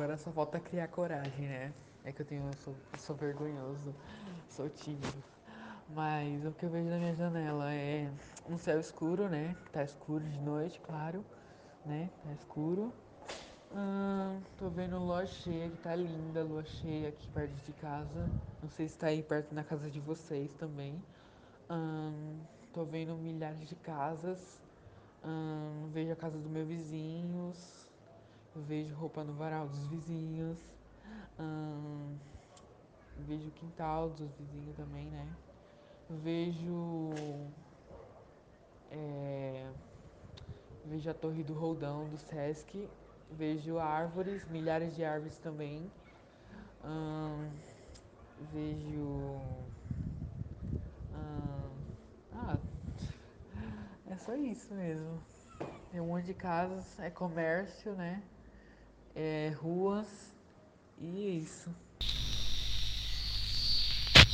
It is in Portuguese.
agora só falta criar coragem, né? É que eu sou vergonhoso, sou tímido. Mas o que eu vejo na minha janela é um céu escuro, né? Tá escuro de noite, claro, né? Tá escuro. Tô vendo lua cheia, que tá linda, lua cheia aqui perto de casa. Não sei se tá aí perto na casa de vocês também. Tô vendo milhares de casas. Vejo a casa dos meus vizinhos. Vejo roupa no varal dos vizinhos. Ahn, Vejo o quintal dos vizinhos também, né? Vejo. é, Vejo a torre do Roldão do Sesc. Vejo árvores, milhares de árvores também. Ahn, Vejo. ahn, Ah, é só isso mesmo. Tem um monte de casas, é comércio, né? É ruas e é isso.